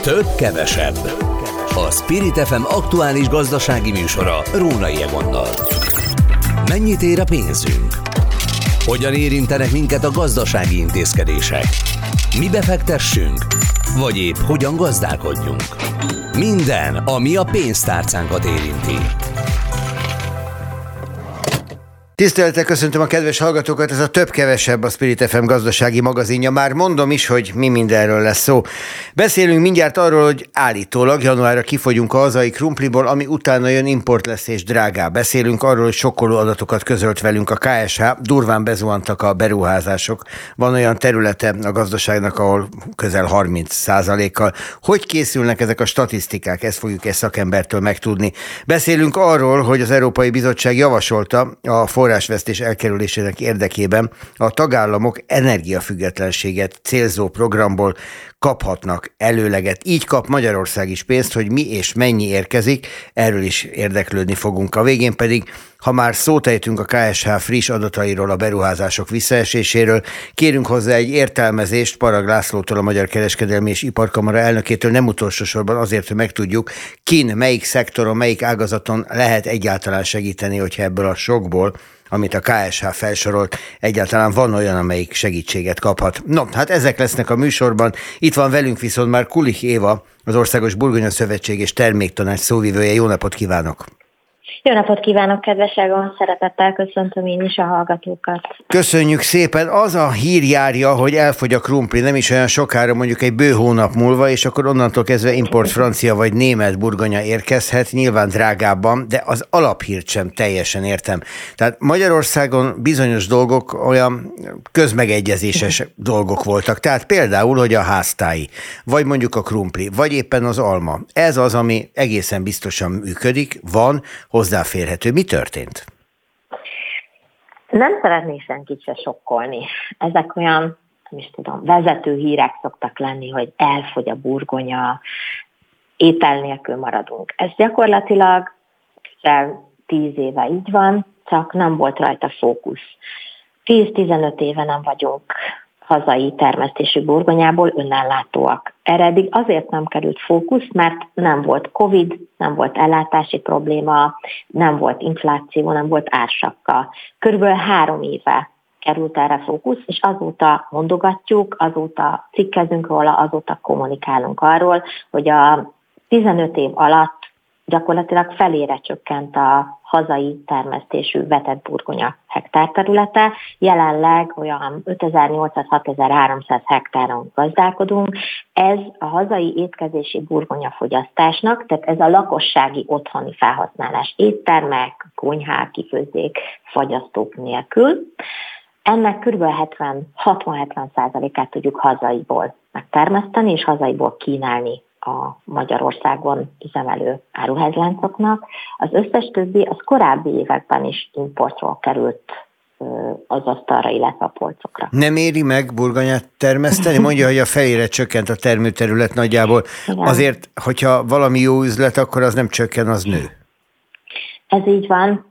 Több kevesebb. A Spirit FM aktuális gazdasági műsora Rónai Egonnal. Mennyit ér a pénzünk? Hogyan érintenek minket a gazdasági intézkedések? Mi befektessünk? Vagy épp hogyan gazdálkodjunk? Minden, ami a pénztárcánkat érinti. Tisztelettel köszöntöm a kedves hallgatókat, ez a Több-kevesebb, a Spirit FM gazdasági magazinja. Már mondom is, hogy mi mindenről lesz szó. Beszélünk mindjárt arról, hogy állítólag januárra kifogyunk a hazai krumpliból, ami utána jön, import lesz és drágább. Beszélünk arról, hogy sokkoló adatokat közölt velünk a KSH, durván bezuhantak a beruházások. Van olyan területe a gazdaságnak, ahol közel 30%-kal. Hogy készülnek ezek a statisztikák? Ezt fogjuk egy szakembertől megtudni. Beszélünk arról, hogy az Európai Bizottság javasolta a forrásvesztés elkerülésének érdekében a tagállamok energiafüggetlenséget célzó programból kaphatnak előleget. Így kap Magyarország is pénzt, hogy mi és mennyi érkezik, erről is érdeklődni fogunk. A végén pedig, ha már szót ejtünk a KSH friss adatairól, a beruházások visszaeséséről, kérünk hozzá egy értelmezést Parag Lászlótól, a Magyar Kereskedelmi és Iparkamara elnökétől, nem utolsó sorban azért, hogy megtudjuk, kin, melyik szektoron, melyik ágazaton lehet egyáltalán segíteni, hogyha ebből a sokból, amit a KSH felsorolt, egyáltalán van olyan, amelyik segítséget kaphat. No, hát ezek lesznek a műsorban. Itt van velünk viszont már Kulich Éva, az Országos Burgonya Szövetség és Terméktanács szóvivője. Jó napot kívánok! Jó napot kívánok, kedves Egon! Szeretettel köszöntöm én is a hallgatókat. Köszönjük szépen! Az a hír járja, hogy elfogy a krumpli, nem is olyan sokára, mondjuk egy bő hónap múlva, és akkor onnantól kezdve import francia vagy német burgonya érkezhet, nyilván drágábban, de az alaphírt sem teljesen értem. Tehát Magyarországon bizonyos dolgok olyan közmegegyezéses dolgok voltak. Tehát például, hogy a háztáji, vagy mondjuk a krumpli, vagy éppen az alma. Ez az, ami egészen biztosan működik, van, hozzáférhető. Mi történt? Nem szeretnék senkit se sokkolni. Ezek olyan, nem is tudom, vezető hírek szoktak lenni, hogy elfogy a burgonya, étel nélkül maradunk. Ez gyakorlatilag 10 éve így van, csak nem volt rajta fókusz. 10-15 éve nem vagyunk hazai termesztésű burgonyából önellátóak. Erre eddig azért nem került fókusz, mert nem volt Covid, nem volt ellátási probléma, nem volt infláció, nem volt ársapka. Körülbelül 3 éve került erre fókusz, és azóta mondogatjuk, azóta cikkezünk róla, azóta kommunikálunk arról, hogy a 15 év alatt gyakorlatilag felére csökkent a hazai termesztésű vetett burgonya hektárterülete. Jelenleg olyan 5800-6300 hektáron gazdálkodunk. Ez a hazai étkezési burgonyafogyasztásnak, tehát ez a lakossági otthoni felhasználás, éttermek, konyhák, kifőzdék, fagyasztók nélkül. Ennek kb. 60-70%-át tudjuk hazaiból megtermeszteni, és hazaiból kínálni a Magyarországon üzemelő áruházláncoknak. Az összes többi az korábbi években is importról került az asztalra, illetve a polcokra. Nem éri meg burgonyát termeszteni? Mondja, hogy a felére csökkent a termőterület nagyjából. Igen. Azért, hogyha valami jó üzlet, akkor az nem csökken, az nő. Ez így van.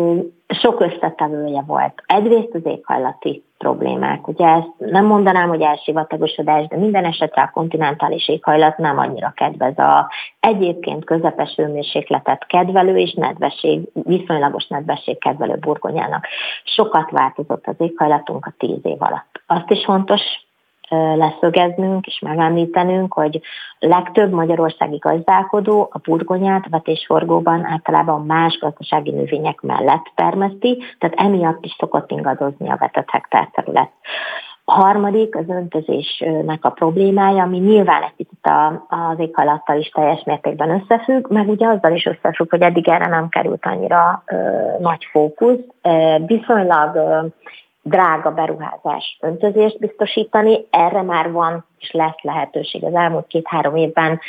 Sok összetevője volt. Egyrészt az éghajlati problémák. Ugye ezt nem mondanám, hogy elsivatagosodás, de minden esetre a kontinentális éghajlat nem annyira kedvez a egyébként közepes hőmérsékletet kedvelő és viszonylagos nedvesség kedvelő burgonyának. Sokat változott az éghajlatunk a 10 év alatt. Azt is fontos leszögeznünk és megemlítenünk, hogy legtöbb magyarországi gazdálkodó a burgonyát vetésforgóban általában más gazdasági növények mellett termeszti, tehát emiatt is szokott ingadozni a vetett hektárterület. A harmadik az öntözésnek a problémája, ami nyilván egy picit az éghajlattal is teljes mértékben összefügg, meg ugye azzal is összefügg, hogy eddig erre nem került annyira nagy fókusz. Viszonylag drága beruházás öntözést biztosítani, erre már van és lesz lehetőség. Az elmúlt 2-3 évben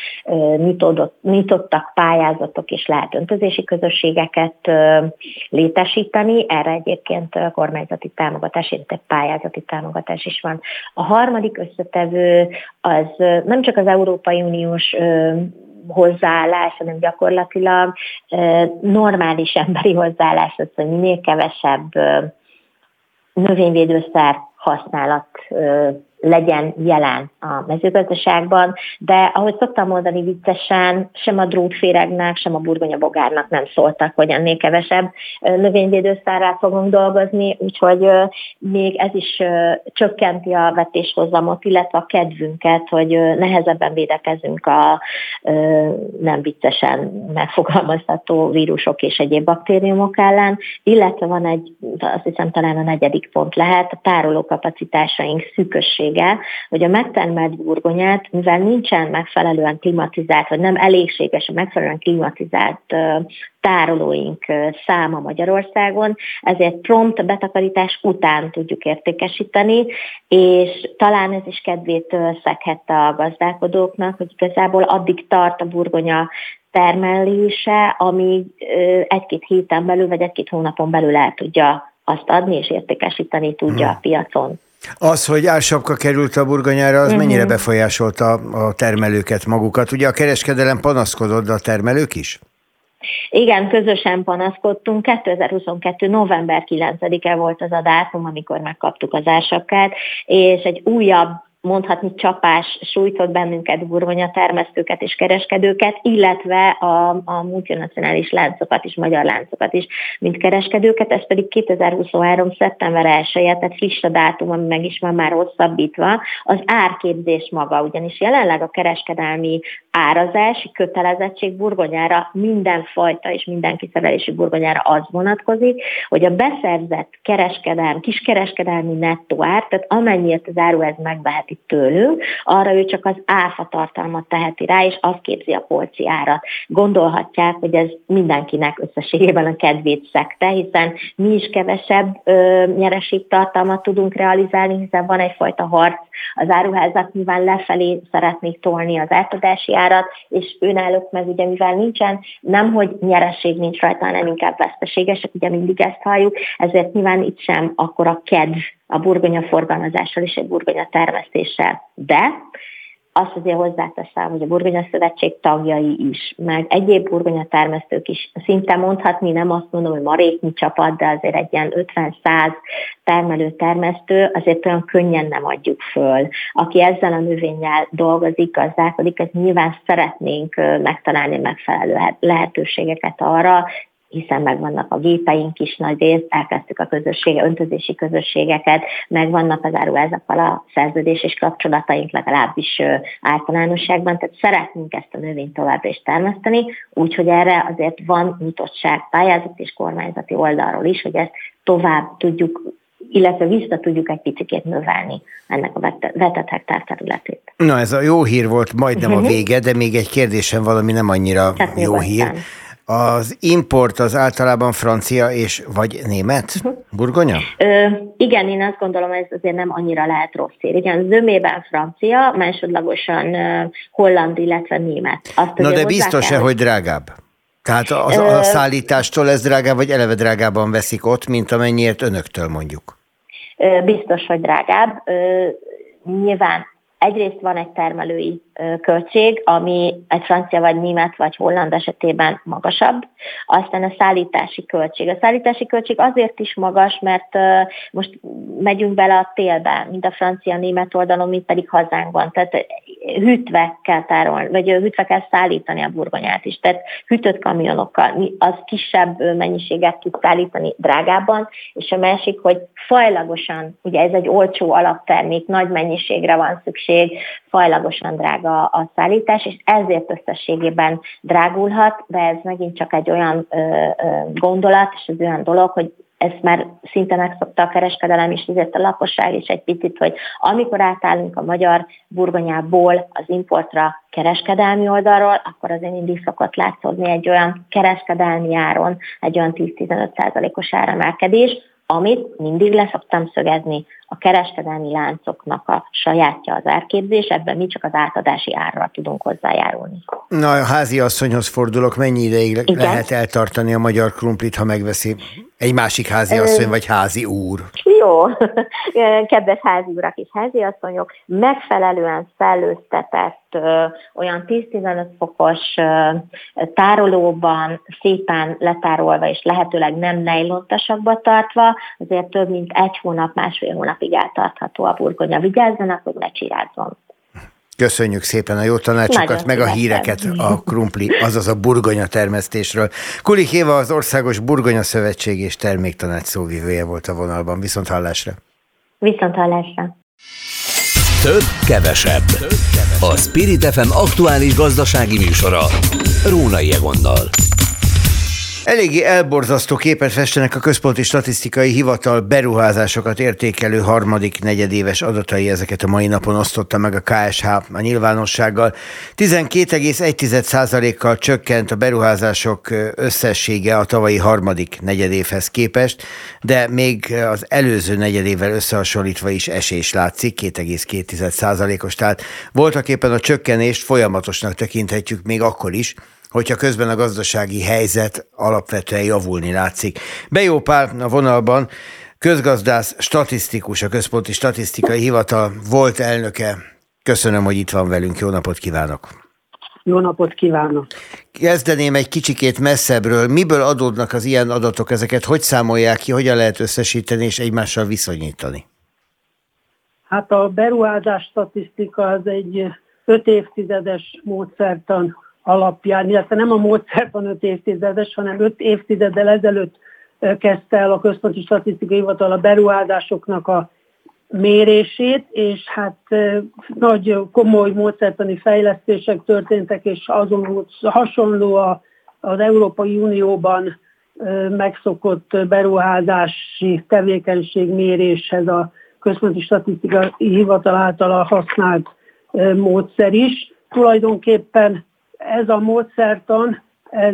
nyitottak pályázatok, és lehet öntözési közösségeket létesíteni. Erre egyébként kormányzati támogatás, illetve pályázati támogatás is van. A harmadik összetevő az nem csak az Európai Uniós hozzáállás, hanem gyakorlatilag normális emberi hozzáállás az, hogy minél kevesebb növényvédőszer használat legyen jelen a mezőgazdaságban, de ahogy szoktam mondani viccesen, sem a drótféregnek, sem a burgonyabogárnak nem szóltak, hogy ennél kevesebb növényvédőszerrel fogunk dolgozni, úgyhogy még ez is csökkenti a vetéshozamot, illetve a kedvünket, hogy nehezebben védekezünk a nem viccesen megfogalmazható vírusok és egyéb baktériumok ellen, illetve van egy, azt hiszem talán a 4. pont lehet, a tárolókapacitásaink szűkössége, hogy a megtermelt burgonyát, mivel nincsen megfelelően klimatizált, vagy nem elégséges a megfelelően klimatizált tárolóink száma Magyarországon, ezért prompt betakarítás után tudjuk értékesíteni, és talán ez is kedvét szeghette a gazdálkodóknak, hogy igazából addig tart a burgonya termelése, amíg 1-2 héten belül, vagy 1-2 hónapon belül el tudja azt adni, és értékesíteni tudja a piacon. Az, hogy ársapka került a burgonyára, az mennyire befolyásolta a termelőket magukat? Ugye a kereskedelem panaszkodott, de a termelők is? Igen, közösen panaszkodtunk. 2022. november 9-e volt az a dátum, amikor megkaptuk az ársapkát, és egy újabb, mondhatni csapás sújtott bennünket, burgonyatermesztőket és kereskedőket, illetve a multinacionális láncokat is, magyar láncokat is, mint kereskedőket, ez pedig 2023. szeptember 1-je, tehát friss a dátum, ami meg is van már hosszabbítva, az árképzés maga, ugyanis jelenleg a kereskedelmi árazási kötelezettség burgonyára, mindenfajta és minden kiszerelési burgonyára az vonatkozik, hogy a beszerzett kiskereskedelmi nettó ár, tehát amennyiért az áru ez megvehet tőlünk, arra ő csak az áfa tartalmat teheti rá, és az képzi a polci árat. Gondolhatják, hogy ez mindenkinek összességében a kedvét szegte, hiszen mi is kevesebb nyereségtartalmat tudunk realizálni, hiszen van egyfajta harc, az áruházak nyilván lefelé szeretnék tolni az átadási árat, és önállók meg ugye mivel nincsen, nemhogy nyereség nincs rajta, hanem inkább veszteségesek, ugye mindig ezt halljuk, ezért nyilván itt sem akkora kedv a burgonya forgalmazással és egy burgonya termesztéssel. De azt azért hozzáteszem, hogy a Burgonya Szövetség tagjai is, meg egyéb burgonya termesztők is, szinte mondhatni, nem azt mondom, hogy maréknyi csapat, de azért egy ilyen 50-100 termelő-termesztő, azért olyan könnyen nem adjuk föl. Aki ezzel a növényel dolgozik, gazdálkodik, ez nyilván szeretnénk megtalálni megfelelő lehetőségeket arra, hiszen megvannak a gépeink is nagy részt, elkezdtük a öntözési közösségeket, megvannak az áruházakkal a szerződés és kapcsolataink legalábbis általánosságban, tehát szeretnénk ezt a növényt továbbra is termeszteni, úgyhogy erre azért van nyitottság pályázati és kormányzati oldalról is, hogy ezt tovább tudjuk, illetve vissza tudjuk egy picikét növelni ennek a vetett hektár területét. Na, ez a jó hír volt majdnem a vége, de még egy kérdésem valami nem annyira jó hír. Az import az általában francia és vagy német burgonya? Igen, én azt gondolom, ez azért nem annyira lehet rossz hír. Igen, zömében francia, másodlagosan holland, illetve német. Na de biztos-e, hogy drágább? Tehát a szállítástól ez drágább, vagy eleve drágában veszik ott, mint amennyiért önöktől mondjuk? Biztos, hogy drágább. Nyilván egyrészt van egy termelői költség, ami egy francia, vagy német, vagy holland esetében magasabb. Aztán a szállítási költség. A szállítási költség azért is magas, mert most megyünk bele a télbe, mind a francia-német oldalon, mind pedig hazánkban. Tehát hűtve kell tárolni, vagy hűtve kell szállítani a burgonyát is. Tehát hűtött kamionokkal, az kisebb mennyiséget tud szállítani drágábban, és a másik, hogy fajlagosan, ugye ez egy olcsó alaptermék, nagy mennyiségre van szükség, fajlagosan drága a szállítás, és ezért összességében drágulhat, de ez megint csak egy olyan gondolat, és ez olyan dolog, hogy ezt már szinte megszokta a kereskedelem, és ezért a lakosság is egy picit, hogy amikor átállunk a magyar burgonyából az importra kereskedelmi oldalról, akkor azért mindig szokott látszódni egy olyan kereskedelmi áron, egy olyan 10-15%-os áremelkedés, amit mindig leszoktam szögezni, a kereskedelmi láncoknak a sajátja az árképzés, ebben mi csak az átadási árra tudunk hozzájárulni. Na, a házi asszonyhoz fordulok, mennyi ideig lehet eltartani a magyar krumplit, ha megveszi egy másik házi asszony, vagy házi úr? Jó, kedves házi urak és házi asszonyok, megfelelően szellőztetett, olyan 10-15 fokos tárolóban szépen letárolva, és lehetőleg nem nejlontasakba tartva, azért több mint 1 hónap, 1,5 hónap napig eltartható a burgonya. Vigyázzanak, hogy ne csirázzon. Köszönjük szépen a jó tanácsokat, Nagyon meg szívesen. a híreket a krumpli, azaz a burgonya termesztésről. Kulik Éva, az Országos Burgonya Szövetség és Terméktanács szóvivője volt a vonalban. Viszont hallásra. Viszont hallásra. Több, kevesebb. A Spirit FM aktuális gazdasági műsora Rónai Egonnal. Eléggé elborzasztó képet festenek a Központi Statisztikai Hivatal beruházásokat értékelő harmadik negyedéves adatai, ezeket a mai napon osztotta meg a KSH a nyilvánossággal. 12,1%-kal csökkent a beruházások összessége a tavalyi harmadik negyedévhez képest, de még az előző negyedévvel összehasonlítva is esés látszik, 2,2%-os, tehát voltaképpen a csökkenést folyamatosnak tekinthetjük még akkor is, hogyha közben a gazdasági helyzet alapvetően javulni látszik. Bejó Pál a vonalban, közgazdász, statisztikus, a Központi Statisztikai Hivatal volt elnöke. Köszönöm, hogy itt van velünk. Jó napot kívánok! Jó napot kívánok! Kezdeném egy kicsikét messzebbről. Miből adódnak az ilyen adatok? Ezeket hogy számolják ki, hogyan lehet összesíteni és egymással viszonyítani? Hát a beruházás statisztika az egy 5 évtizedes módszertan alapján, illetve nem a módszertan 5 évtizedes, hanem 5 évtizeddel ezelőtt kezdte el a Központi Statisztikai Hivatal a beruházásoknak a mérését, és hát nagy komoly módszertani fejlesztések történtek, és azon hasonló az Európai Unióban megszokott beruházási tevékenység méréshez a Központi Statisztikai Hivatal által használt módszer is. Tulajdonképpen ez a módszertan, ez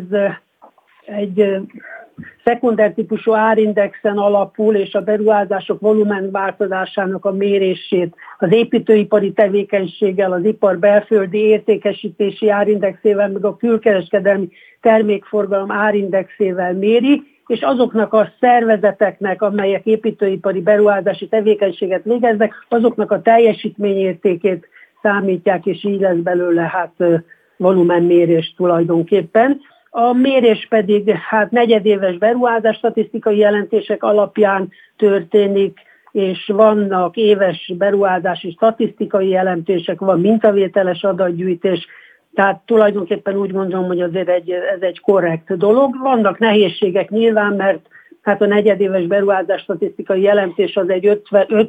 egy szekunder típusú árindexen alapul, és a beruházások volumen változásának a mérését az építőipari tevékenységgel, az ipar belföldi értékesítési árindexével, meg a külkereskedelmi termékforgalom árindexével méri, és azoknak a szervezeteknek, amelyek építőipari beruházási tevékenységet végeznek, azoknak a teljesítményértékét számítják, és így lesz belőle volumenmérés tulajdonképpen. A mérés pedig negyedéves beruházás statisztikai jelentések alapján történik, és vannak éves beruházási statisztikai jelentések, van mintavételes adatgyűjtés, tehát tulajdonképpen úgy gondolom, hogy azért ez egy korrekt dolog. Vannak nehézségek nyilván, mert a negyedéves beruházás statisztikai jelentés az egy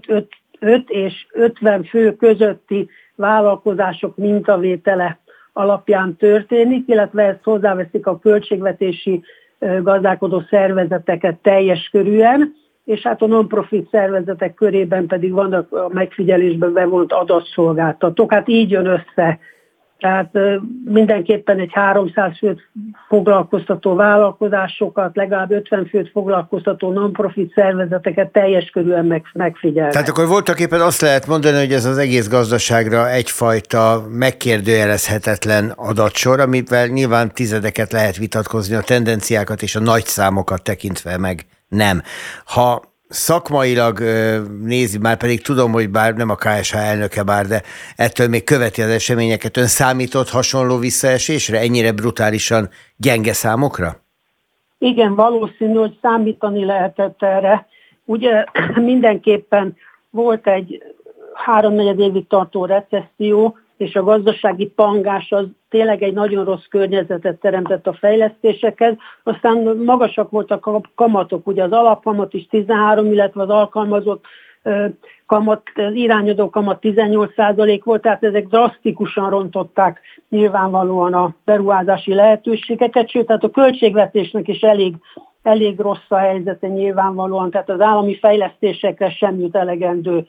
5 és 50 fő közötti vállalkozások mintavétele alapján történik, illetve ezt hozzáveszik a költségvetési gazdálkodó szervezeteket teljes körűen, és a non-profit szervezetek körében pedig vannak a megfigyelésben bevont adatszolgáltatók. Így jön össze. Tehát mindenképpen egy 300 főt foglalkoztató vállalkozásokat, legalább 50 főt foglalkoztató non-profit szervezeteket teljes körűen megfigyelnek. Tehát akkor voltaképpen azt lehet mondani, hogy ez az egész gazdaságra egyfajta megkérdőjelezhetetlen adatsor, amivel nyilván tizedeket lehet vitatkozni, a tendenciákat és a nagy számokat tekintve meg nem. Ha szakmailag nézi, már pedig tudom, hogy bár nem a KSH elnöke bár, de ettől még követi az eseményeket. Ön számított hasonló visszaesésre, ennyire brutálisan gyenge számokra? Igen, valószínű, hogy számítani lehetett erre. Ugye mindenképpen volt egy 3-4 évig tartó recesszió, és a gazdasági pangás az tényleg egy nagyon rossz környezetet teremtett a fejlesztésekhez. Aztán magasak voltak a kamatok, ugye az alapkamat is 13, illetve az alkalmazott kamat, az irányadó kamat 18% volt, tehát ezek drasztikusan rontották nyilvánvalóan a beruházási lehetőségeket, sőt, tehát a költségvetésnek is elég rossz a helyzete nyilvánvalóan, tehát az állami fejlesztésekre sem jut elegendő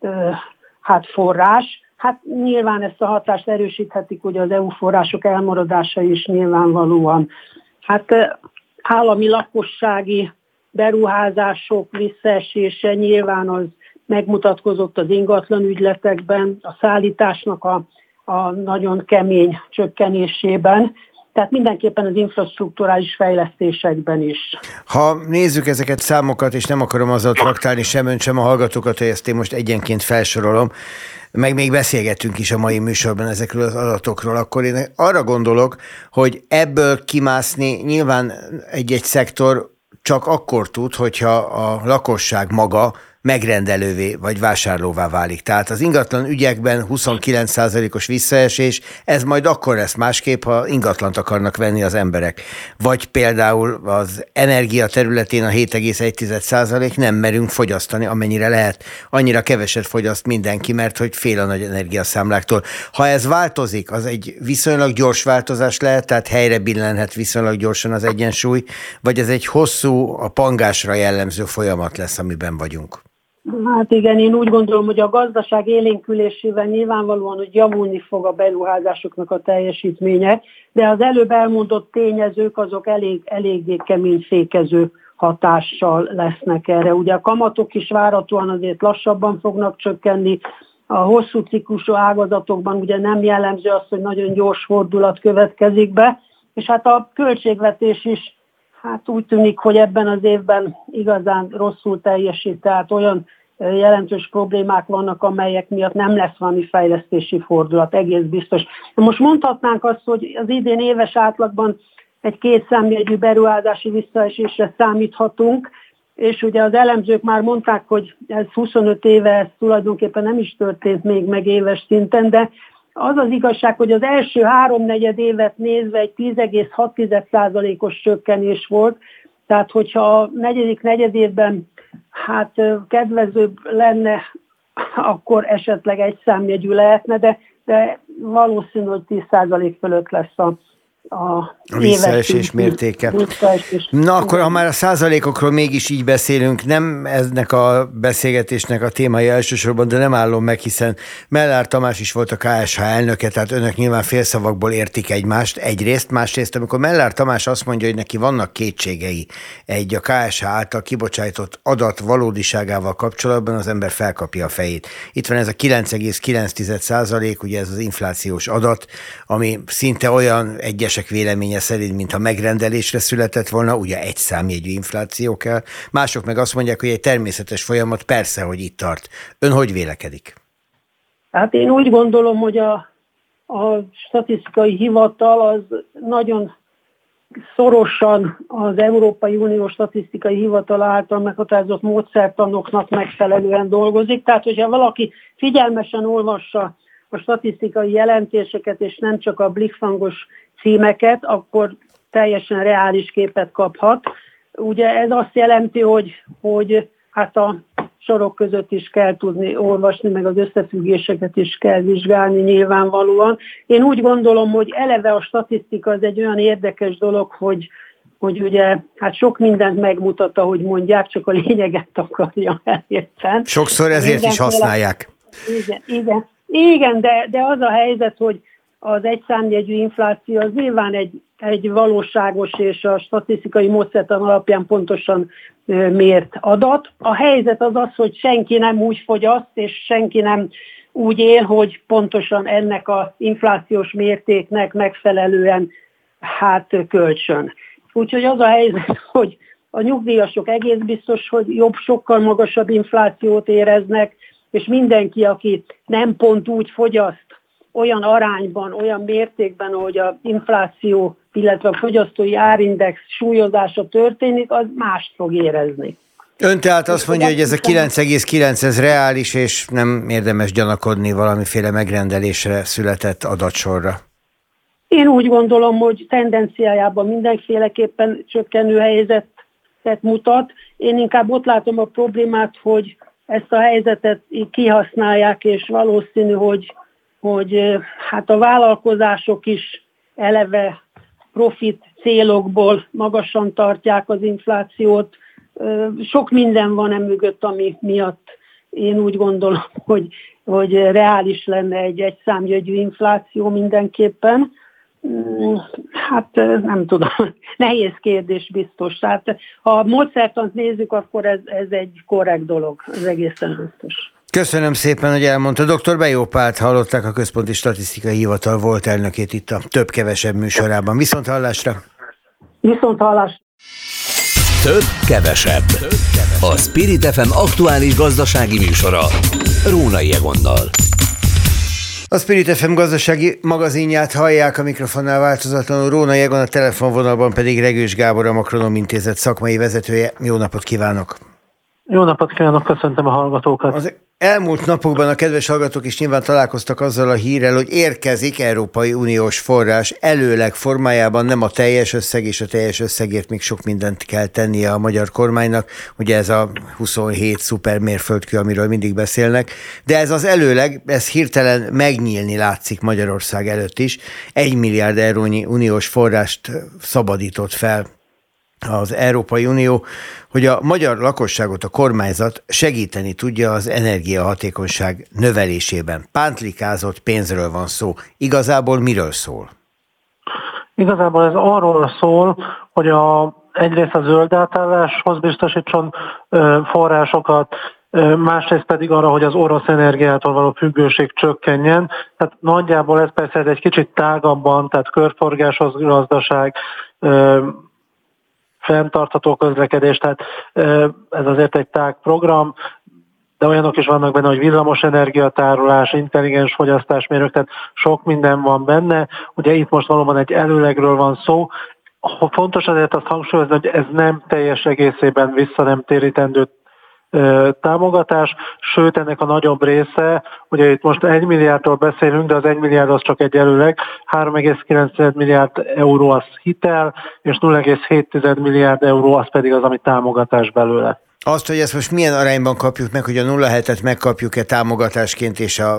forrás. Nyilván ezt a hatást erősíthetik ugye az EU források elmaradása is nyilvánvalóan. Állami lakossági beruházások visszaesése nyilván az megmutatkozott az ingatlan ügyletekben, a szállításnak a nagyon kemény csökkenésében, tehát mindenképpen az infrastrukturális fejlesztésekben is. Ha nézzük ezeket számokat, és nem akarom azzal traktálni sem ön, sem a hallgatókat, hogy ezt én most egyenként felsorolom, meg még beszélgettünk is a mai műsorban ezekről az adatokról, akkor én arra gondolok, hogy ebből kimászni nyilván egy-egy szektor csak akkor tud, hogyha a lakosság maga megrendelővé vagy vásárlóvá válik. Tehát az ingatlan ügyekben 29%-os visszaesés, ez majd akkor lesz másképp, ha ingatlant akarnak venni az emberek. Vagy például az energia területén a 7,1% nem merünk fogyasztani, amennyire lehet. Annyira keveset fogyaszt mindenki, mert hogy fél a nagy energiaszámláktól. Ha ez változik, az egy viszonylag gyors változás lehet, tehát helyre billenhet viszonylag gyorsan az egyensúly, vagy ez egy hosszú, a pangásra jellemző folyamat lesz, amiben vagyunk? Hát igen, én úgy gondolom, hogy a gazdaság élénkülésével nyilvánvalóan, hogy javulni fog a beruházásoknak a teljesítménye, de az előbb elmondott tényezők azok eléggé kemény fékező hatással lesznek erre. Ugye a kamatok is várhatóan azért lassabban fognak csökkenni, a hosszú ciklusú ágazatokban ugye nem jellemző az, hogy nagyon gyors fordulat következik be, és hát a költségvetés is hát úgy tűnik, hogy ebben az évben igazán rosszul teljesít, tehát olyan jelentős problémák vannak, amelyek miatt nem lesz valami fejlesztési fordulat, egész biztos. Most mondhatnánk azt, hogy az idén éves átlagban egy 2 számjegyű beruházási visszaesésre számíthatunk, és ugye az elemzők már mondták, hogy ez 25 éve ez tulajdonképpen nem is történt még meg éves szinten, de az az igazság, hogy az első 3-4 évet nézve egy 10,6%-os csökkenés volt, tehát hogyha a negyedik negyedévben hát kedvezőbb lenne, akkor esetleg egy számjegyű lehetne, de valószínű, hogy 10% fölött lesz a visszaesés mértéke. Na akkor, ha már a százalékokról mégis így beszélünk, nem eznek a beszélgetésnek a témája elsősorban, de nem állom meg, hiszen Mellár Tamás is volt a KSH elnöke, tehát önök nyilván félszavakból értik egymást egyrészt, másrészt, amikor Mellár Tamás azt mondja, hogy neki vannak kétségei egy a KSH által kibocsájtott adat valódiságával kapcsolatban, az ember felkapja a fejét. Itt van ez a 9,9%, ugye ez az inflációs adat, ami szinte olyan egyesek véleménye szerint, mintha megrendelésre született volna, ugye egy számjegyű infláció kell. Mások meg azt mondják, hogy egy természetes folyamat, persze, hogy itt tart. Ön hogy vélekedik? Hát én úgy gondolom, hogy a statisztikai hivatal az nagyon szorosan az Európai Unió statisztikai hivatal által meghatározott módszertanoknak megfelelően dolgozik. Tehát, hogyha valaki figyelmesen olvassa a statisztikai jelentéseket, és nem csak a blikfangos címeket, akkor teljesen reális képet kaphat. Ugye ez azt jelenti, hogy hát a sorok között is kell tudni olvasni, meg az összefüggéseket is kell vizsgálni nyilvánvalóan. Én úgy gondolom, hogy eleve a statisztika az egy olyan érdekes dolog, hogy ugye hát sok mindent megmutat, ahogy mondják, csak a lényeget akarja elérteni. Sokszor ezért is használják. Igen, de az a helyzet, hogy az egyszámjegyű infláció az nyilván egy valóságos és a statisztikai módszertan alapján pontosan mért adat. A helyzet az az, hogy senki nem úgy fogyaszt, és senki nem úgy él, hogy pontosan ennek az inflációs mértéknek megfelelően hát költsön. Úgyhogy az a helyzet, hogy a nyugdíjasok egész biztos, hogy sokkal magasabb inflációt éreznek, és mindenki, aki nem pont úgy fogyaszt, olyan arányban, olyan mértékben, hogy az infláció, illetve a fogyasztói árindex súlyozása történik, az mást fog érezni. Ön tehát azt mondja, hogy ez a 9,9 ez reális, és nem érdemes gyanakodni valamiféle megrendelésre született adatsorra. Én úgy gondolom, hogy tendenciájában mindenféleképpen csökkenő helyzetet mutat. Én inkább ott látom a problémát, hogy ezt a helyzetet kihasználják, és valószínű, hogy hát a vállalkozások is eleve profit célokból magasan tartják az inflációt. Sok minden van emögött, ami miatt én úgy gondolom, hogy reális lenne egy számjegyű infláció mindenképpen. Hát nem tudom, nehéz kérdés biztos. Tehát, ha a módszertant nézzük, akkor ez egy korrekt dolog, az egészen biztos. Köszönöm szépen, hogy elmondta. Dr. Bejó Pált hallották, a Központi Statisztikai Hivatal volt elnökét itt a Több-kevesebb műsorában. Viszont hallásra! Viszont hallásra! Több-kevesebb. A Spirit FM aktuális gazdasági műsora Rónai Egonnal. A Spirit FM gazdasági magazinját hallják, a mikrofonnál változatlanul Rónai Egon, a telefonvonalban pedig Regős Gábor, a Makronom Intézet szakmai vezetője. Jó napot kívánok! Jó napot kívánok, köszöntöm a hallgatókat! Az elmúlt napokban a kedves hallgatók is nyilván találkoztak azzal a hírrel, hogy érkezik Európai Uniós forrás előleg formájában, nem a teljes összeg, és a teljes összegért még sok mindent kell tennie a magyar kormánynak, ugye ez a 27 szupermérföldkő, amiről mindig beszélnek, de ez az előleg, ez hirtelen megnyílni látszik Magyarország előtt is. 1 milliárd eurónyi uniós forrást szabadított fel az Európai Unió, hogy a magyar lakosságot a kormányzat segíteni tudja az energiahatékonyság növelésében. Pántlikázott pénzről van szó. Igazából miről szól? Igazából ez arról szól, hogy egyrészt a zöld átálláshoz biztosítson forrásokat, másrészt pedig arra, hogy az orosz energiától való függőség csökkenjen. Tehát nagyjából ez persze egy kicsit tágabban, tehát körforgásos gazdaság, fenntartható közlekedés, tehát ez azért egy tág program, de olyanok is vannak benne, hogy villamos energiatárolás, intelligens fogyasztásmérők, tehát sok minden van benne. Ugye itt most valóban egy előlegről van szó. Fontos azért azt hangsúlyozni, hogy ez nem teljes egészében visszanemtérítendő támogatás, sőt ennek a nagyobb része, ugye itt most 1 milliárdról beszélünk, de az 1 milliárd az csak egy előleg, 3,9 milliárd euró az hitel, és 0,7 milliárd euró az pedig az, ami támogatás belőle. Azt, hogy ezt most milyen arányban kapjuk meg, hogy a 0,7-et megkapjuk-e támogatásként, és a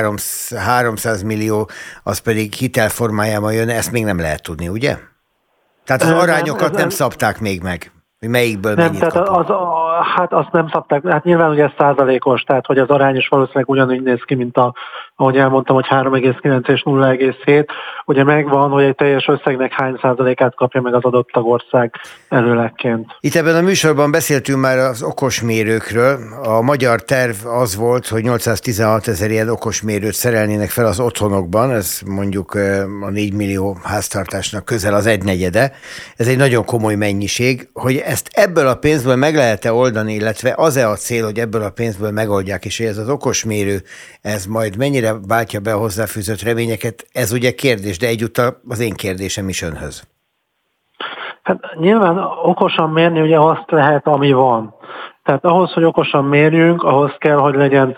300 millió az pedig hitel formájában jön, ezt még nem lehet tudni, ugye? Tehát az arányokat nem szabták még meg, hogy melyikből mennyit kapunk. Hát azt nem szabták, hát nyilván ugye ez százalékos, tehát hogy az arány is valószínűleg ugyanúgy néz ki, mint ahogy elmondtam, hogy 3,9 és 0,7, ugye megvan, hogy egy teljes összegnek hány százalékát kapja meg az adott tagország előlegként. Itt ebben a műsorban beszéltünk már az okosmérőkről. A magyar terv az volt, hogy 816 000 ilyen okosmérőt szerelnének fel az otthonokban, ez mondjuk a 4 millió háztartásnak közel az 1/4. Ez egy nagyon komoly mennyiség, hogy ezt ebből a pénzből meg lehet-e oldani, illetve az-e a cél, hogy ebből a pénzből megoldják, és hogy ez az okosmérő, ez majd mennyire váltja be a hozzáfűzött reményeket, ez ugye kérdés, de egyúttal az én kérdésem is önhöz. Hát nyilván okosan mérni ugye azt lehet, ami van. Tehát ahhoz, hogy okosan mérjünk, ahhoz kell, hogy legyen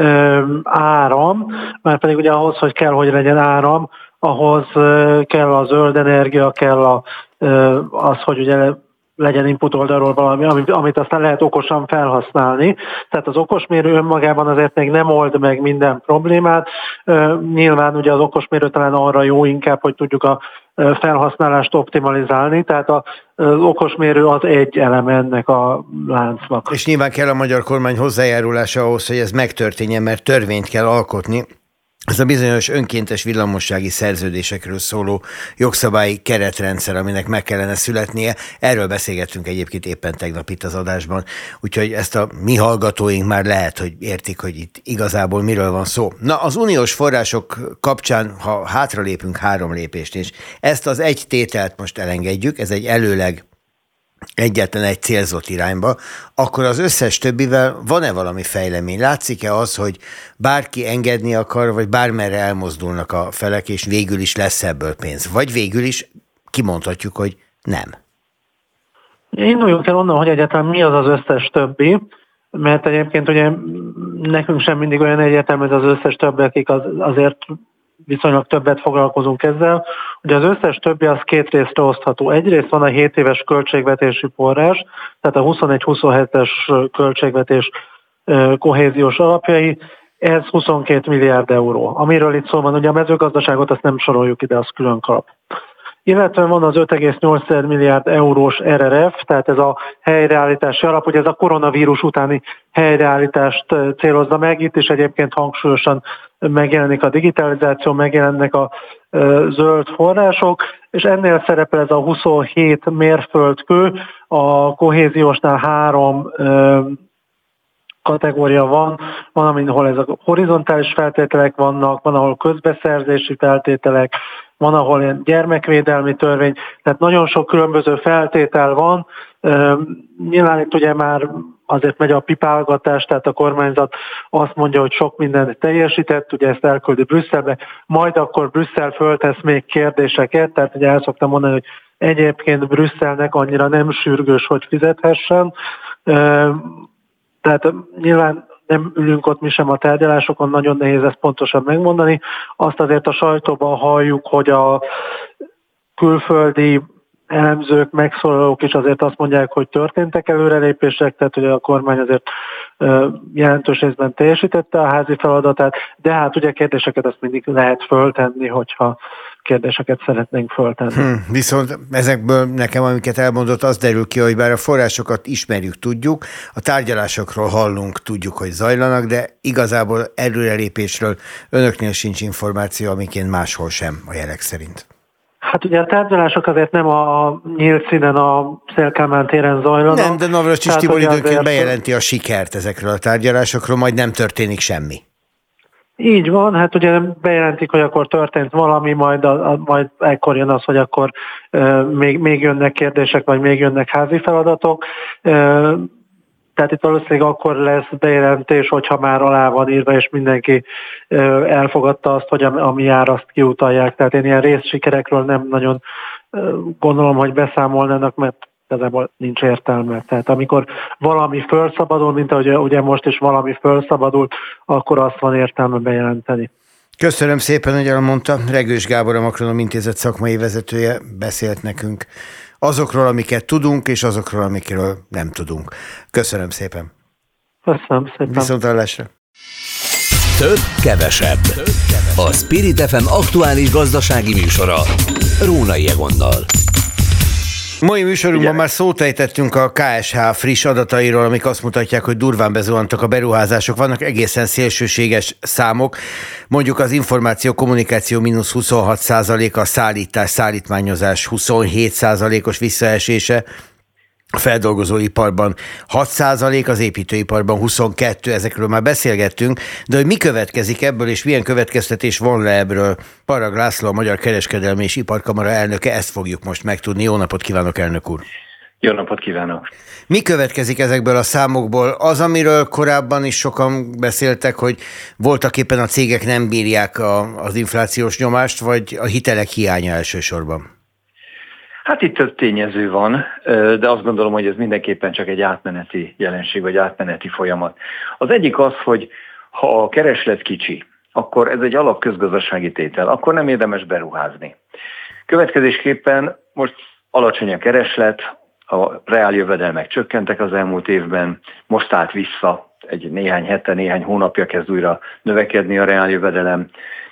áram, mert pedig ugye ahhoz, hogy kell, hogy legyen áram, ahhoz kell a zöld energia, kell az, hogy ugye legyen input oldalról valami, amit aztán lehet okosan felhasználni. Tehát az okosmérő önmagában azért még nem old meg minden problémát. Nyilván ugye az okosmérő talán arra jó inkább, hogy tudjuk a felhasználást optimalizálni, tehát az okosmérő az egy eleme ennek a láncnak. És nyilván kell a magyar kormány hozzájárulása ahhoz, hogy ez megtörténjen, mert törvényt kell alkotni. Ez a bizonyos önkéntes villamossági szerződésekről szóló jogszabályi keretrendszer, aminek meg kellene születnie. Erről beszélgettünk egyébként éppen tegnap itt az adásban, úgyhogy ezt a mi hallgatóink már lehet, hogy értik, hogy itt igazából miről van szó. Na, az uniós források kapcsán, ha hátralépünk 3 lépést, és ezt az egy tételt most elengedjük, ez egy előleg egyetlen egy célzott irányba, akkor az összes többivel van-e valami fejlemény? Látszik-e az, hogy bárki engedni akar, vagy bármerre elmozdulnak a felek, és végül is lesz ebből pénz? Vagy végül is kimondhatjuk, hogy nem? Induljunk el onnan, hogy egyáltalán mi az az összes többi, mert egyébként ugye nekünk sem mindig olyan egyértelmű, ez az összes többi, akik azért viszonylag többet foglalkozunk ezzel. Ugye az összes többi az 2 részre osztható. Egyrészt van a 7 éves költségvetési forrás, tehát a 21-27-es költségvetés kohéziós alapjai, ez 22 milliárd euró. Amiről itt szó van, ugye a mezőgazdaságot azt nem soroljuk ide, az külön kap. Illetve van az 5,8 milliárd eurós RRF, tehát ez a helyreállítási alap, ugye ez a koronavírus utáni helyreállítást célozza meg, itt is egyébként hangsúlyosan megjelenik a digitalizáció, megjelennek a zöld források, és ennél szerepel ez a 27 mérföldkő, a kohéziósnál 3 kategória van, ahol ez a horizontális feltételek vannak, van, ahol közbeszerzési feltételek, van, ahol ilyen gyermekvédelmi törvény, tehát nagyon sok különböző feltétel van. Nyilván itt ugye már azért megy a pipálgatás, tehát a kormányzat azt mondja, hogy sok mindent teljesített, ugye ezt elküldi Brüsszelbe, majd akkor Brüsszel föltesz még kérdéseket, tehát ugye el szoktam mondani, hogy egyébként Brüsszelnek annyira nem sürgős, hogy fizethessen. Tehát nyilván nem ülünk ott mi sem a tárgyalásokon, nagyon nehéz ezt pontosan megmondani. Azt azért a sajtóban halljuk, hogy a külföldi elemzők, megszólalók is azért azt mondják, hogy történtek előrelépések, tehát hogy a kormány azért jelentős részben teljesítette a házi feladatát, de hát ugye kérdéseket azt mindig lehet föltenni, hogyha kérdéseket szeretnénk föltenni. Viszont ezekből nekem, amiket elmondott, az derül ki, hogy bár a forrásokat ismerjük, tudjuk, a tárgyalásokról hallunk, tudjuk, hogy zajlanak, de igazából előrelépésről önöknél sincs információ, amiként máshol sem a jelek szerint. Hát ugye a tárgyalások azért nem a nyílt színen a Széll-Kálmán téren zajlanak. Nem, de Navracsics Tibor időnként bejelenti a sikert ezekről a tárgyalásokról, majd nem történik semmi. Így van, hát ugye bejelentik, hogy akkor történt valami, majd ekkor jön az, hogy akkor még jönnek kérdések, vagy még jönnek házi feladatok. Tehát itt valószínűleg akkor lesz bejelentés, hogyha már alá van írva, és mindenki elfogadta azt, hogy ami jár, azt kiutalják. Tehát én ilyen részsikerekről nem nagyon gondolom, hogy beszámolnának, mert igazából nincs értelme. Tehát amikor valami felszabadul, mint ahogy ugye most is valami felszabadult, akkor azt van értelme bejelenteni. Köszönöm szépen, hogy elmondta. Regős Gábor, a Makronom Intézet szakmai vezetője beszélt nekünk azokról, amiket tudunk, és azokról, amikről nem tudunk. Köszönöm szépen. Köszönöm szépen. Viszonthallásra. Több, kevesebb. A Spirit FM aktuális gazdasági műsora Rónai Egonnal. Mai műsorunkban már szót ejtettünk a KSH friss adatairól, amik azt mutatják, hogy durván bezuhantak a beruházások. Vannak egészen szélsőséges számok, mondjuk az információ kommunikáció mínusz 26%, a szállítmányozás 27%-os visszaesése, a feldolgozóiparban 6%, az építőiparban 22%, ezekről már beszélgettünk, de hogy mi következik ebből, és milyen következtetés von le ebből, Parag László, a Magyar Kereskedelmi és Iparkamara elnöke, ezt fogjuk most megtudni. Jó napot kívánok, elnök úr! Jó napot kívánok! Mi következik ezekből a számokból? Az, amiről korábban is sokan beszéltek, hogy voltak éppen a cégek nem bírják az inflációs nyomást, vagy a hitelek hiánya elsősorban? Hát itt több tényező van, de azt gondolom, hogy ez mindenképpen csak egy átmeneti jelenség, vagy átmeneti folyamat. Az egyik az, hogy ha a kereslet kicsi, akkor ez egy alapközgazdasági tétel, akkor nem érdemes beruházni. Következésképpen most alacsony a kereslet, a reáljövedelmek csökkentek az elmúlt évben, most állt vissza, egy néhány hete, néhány hónapja kezd újra növekedni a reáljövedelem,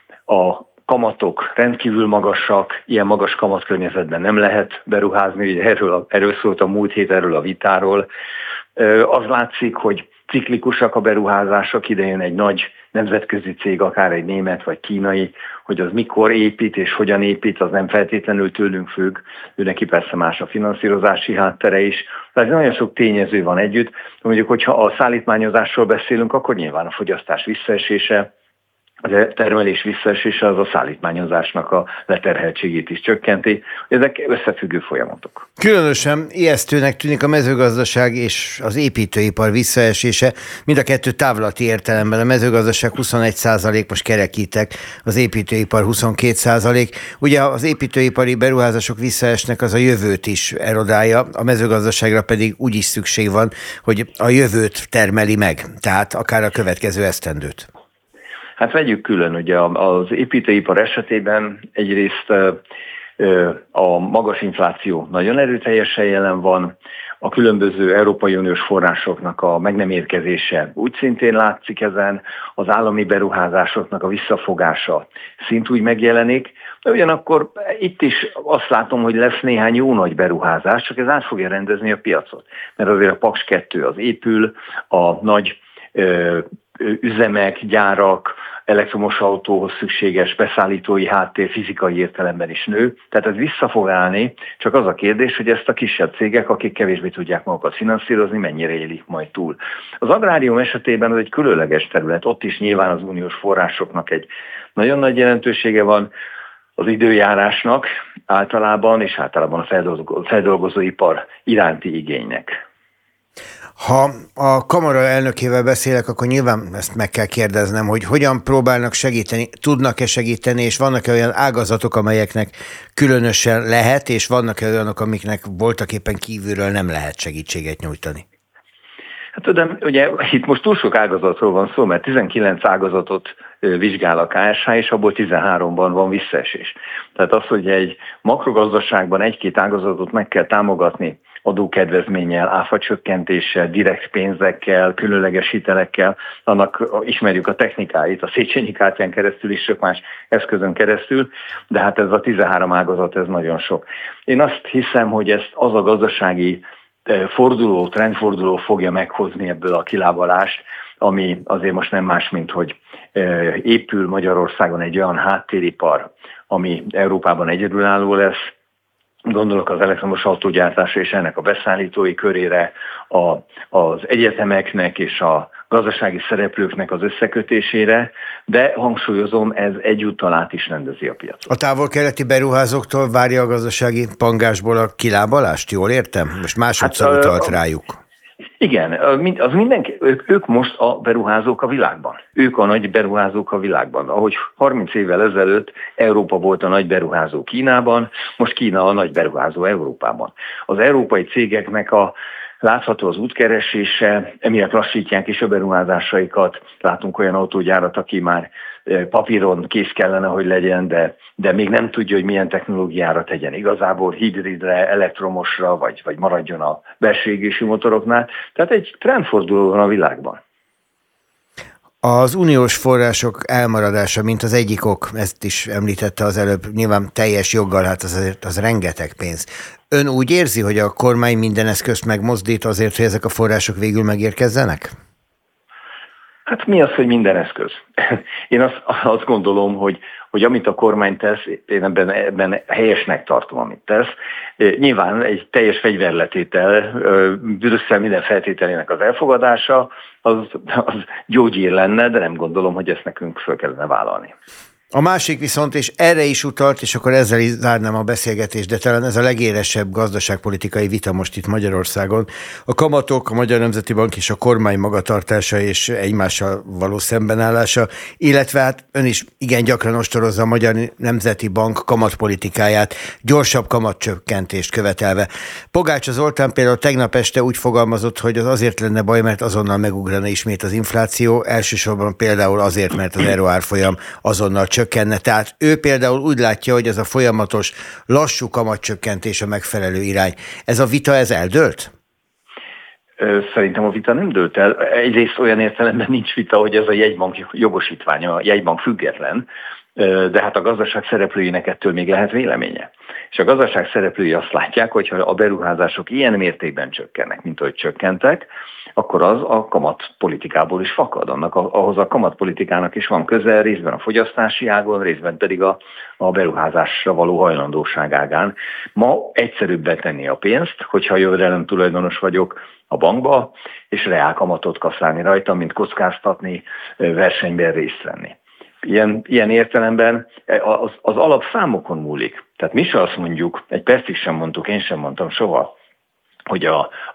a kamatok rendkívül magasak, ilyen magas kamatkörnyezetben nem lehet beruházni, ugye erről szólt a múlt hét, erről a vitáról. Az látszik, hogy ciklikusak a beruházások, idején egy nagy nemzetközi cég, akár egy német vagy kínai, hogy az mikor épít és hogyan épít, az nem feltétlenül tőlünk függ, neki persze más a finanszírozási háttere is. Tehát nagyon sok tényező van együtt. Mondjuk, hogyha a szállítmányozásról beszélünk, akkor nyilván a fogyasztás visszaesése, a termelés visszaesése az a szállítmányozásnak a leterheltségét is csökkenti. Ezek összefüggő folyamatok. Különösen ijesztőnek tűnik a mezőgazdaság és az építőipar visszaesése. Mind a kettő távlati értelemben. A mezőgazdaság 21%, most kerekítek, az építőipar 22%. Ugye az építőipari beruházások visszaesnek, az a jövőt is erodálja, a mezőgazdaságra pedig úgy is szükség van, hogy a jövőt termeli meg, tehát akár a következő esztendőt. Hát vegyük külön, ugye az építőipar esetében egyrészt a magas infláció nagyon erőteljesen jelen van, a különböző Európai Uniós forrásoknak a meg nem érkezése úgy szintén látszik ezen, az állami beruházásoknak a visszafogása szintúgy megjelenik, de ugyanakkor itt is azt látom, hogy lesz néhány jó nagy beruházás, csak ez át fogja rendezni a piacot. Mert azért a Paks 2 az épül, a nagy üzemek, gyárak, elektromos autóhoz szükséges beszállítói háttér fizikai értelemben is nő. Tehát ez vissza fog állni, csak az a kérdés, hogy ezt a kisebb cégek, akik kevésbé tudják magukat finanszírozni, mennyire élik majd túl. Az agrárium esetében ez egy különleges terület, ott is nyilván az uniós forrásoknak egy nagyon nagy jelentősége van, az időjárásnak általában, és általában a feldolgozóipar iránti igénynek. Ha a kamara elnökével beszélek, akkor nyilván ezt meg kell kérdeznem, hogy hogyan próbálnak segíteni, tudnak-e segíteni, és vannak-e olyan ágazatok, amelyeknek különösen lehet, és vannak-e olyanok, amiknek voltak éppen kívülről nem lehet segítséget nyújtani? Hát de ugye itt most túl sok ágazatról van szó, mert 19 ágazatot vizsgál a KSH, és abból 13-ban van visszaesés. Tehát az, hogy egy makrogazdaságban egy-két ágazatot meg kell támogatni adókedvezménnyel, áfacsökkentéssel, direkt pénzekkel, különleges hitelekkel, annak ismerjük a technikáit, a Széchenyi kártyán keresztül is, sok más eszközön keresztül, de hát ez a 13 ágazat, ez nagyon sok. Én azt hiszem, hogy ezt az a gazdasági trendforduló fogja meghozni ebből a kilábalást, ami azért most nem más, mint hogy épül Magyarországon egy olyan háttéripar, ami Európában egyedülálló lesz. Gondolok az elektromos autógyártásra és ennek a beszállítói körére, az egyetemeknek és a gazdasági szereplőknek az összekötésére, de hangsúlyozom, ez egyúttal át is rendezi a piacot. A távol-keleti beruházóktól várja a gazdasági pangásból a kilábalást, jól értem? Most másodszor utalt rájuk. Igen, az mindenki, ők most a beruházók a világban. Ők a nagy beruházók a világban. Ahogy 30 évvel ezelőtt Európa volt a nagy beruházó Kínában, most Kína a nagy beruházó Európában. Az európai cégeknek látható az útkeresése, emiatt lassítják is a beruházásaikat. Látunk olyan autógyárat, aki már papíron kész kellene, hogy legyen, de még nem tudja, hogy milyen technológiára tegyen. Igazából hibridre, elektromosra, vagy maradjon a belső égésű motoroknál. Tehát egy trendforduló van a világban. Az uniós források elmaradása, mint az egyik ok, ezt is említette az előbb, nyilván teljes joggal, hát az rengeteg pénz. Ön úgy érzi, hogy a kormány minden eszközt megmozdít azért, hogy ezek a források végül megérkezzenek? Hát mi az, hogy minden eszköz? Én azt gondolom, hogy amit a kormány tesz, én ebben helyesnek tartom, amit tesz. Nyilván egy teljes fegyverletétel, Brüsszel minden feltételének az elfogadása, az gyógyír lenne, de nem gondolom, hogy ezt nekünk föl kellene vállalni. A másik viszont, és erre is utalt, és akkor ezzel is zárnám a beszélgetést, de talán ez a legélesebb gazdaságpolitikai vita most itt Magyarországon. A kamatok, a Magyar Nemzeti Bank és a kormány magatartása és egymással való szembenállása, illetve hát ön is igen gyakran ostorozza a Magyar Nemzeti Bank kamatpolitikáját, gyorsabb kamatcsökkentést követelve. Pogácsa Zoltán például tegnap este úgy fogalmazott, hogy az azért lenne baj, mert azonnal megugrana ismét az infláció, elsősorban például azért, mert az euróárfolyam azonnal csökkenne. Tehát ő például úgy látja, hogy ez a folyamatos lassú kamatcsökkentés a megfelelő irány. Ez a vita, ez eldőlt? Szerintem a vita nem dőlt el. Egyrészt olyan értelemben nincs vita, hogy ez a jegybank jogosítványa, a jegybank független, de hát a gazdaság szereplőinek ettől még lehet véleménye. És a gazdaság szereplői azt látják, hogy ha a beruházások ilyen mértékben csökkennek, mint ahogy csökkentek, akkor az a kamatpolitikából is fakad. Ahhoz a kamatpolitikának is van köze, részben a fogyasztási ágon, részben pedig a beruházásra való hajlandóság ágán. Ma egyszerűbb betenni a pénzt, hogyha jövedelem tulajdonos vagyok a bankba, és reál kamatot kasszálni rajta, mint kockáztatni, versenyben részt venni. Ilyen értelemben az alapszámokon múlik. Tehát mi se azt mondjuk, egy percig sem mondtuk, én sem mondtam soha, hogy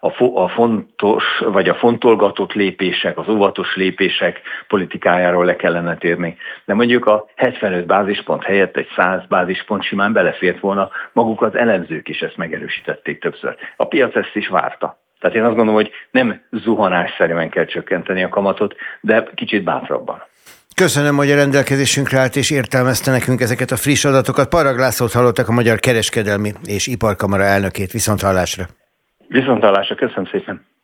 a fontos, vagy a fontolgatott lépések, az óvatos lépések politikájáról le kellene térni. De mondjuk a 75 bázispont helyett egy 100 bázispont simán belefért volna, maguk az elemzők is ezt megerősítették többször. A piac ezt is várta. Tehát én azt gondolom, hogy nem zuhanásszerűen kell csökkenteni a kamatot, de kicsit bátrabban. Köszönöm, hogy a rendelkezésünkre állt és értelmezte nekünk ezeket a friss adatokat. Parag Lászlót hallottak, a Magyar Kereskedelmi és Iparkamara elnökét. Viszonthallásra. Viszonthallásra, köszönöm szépen.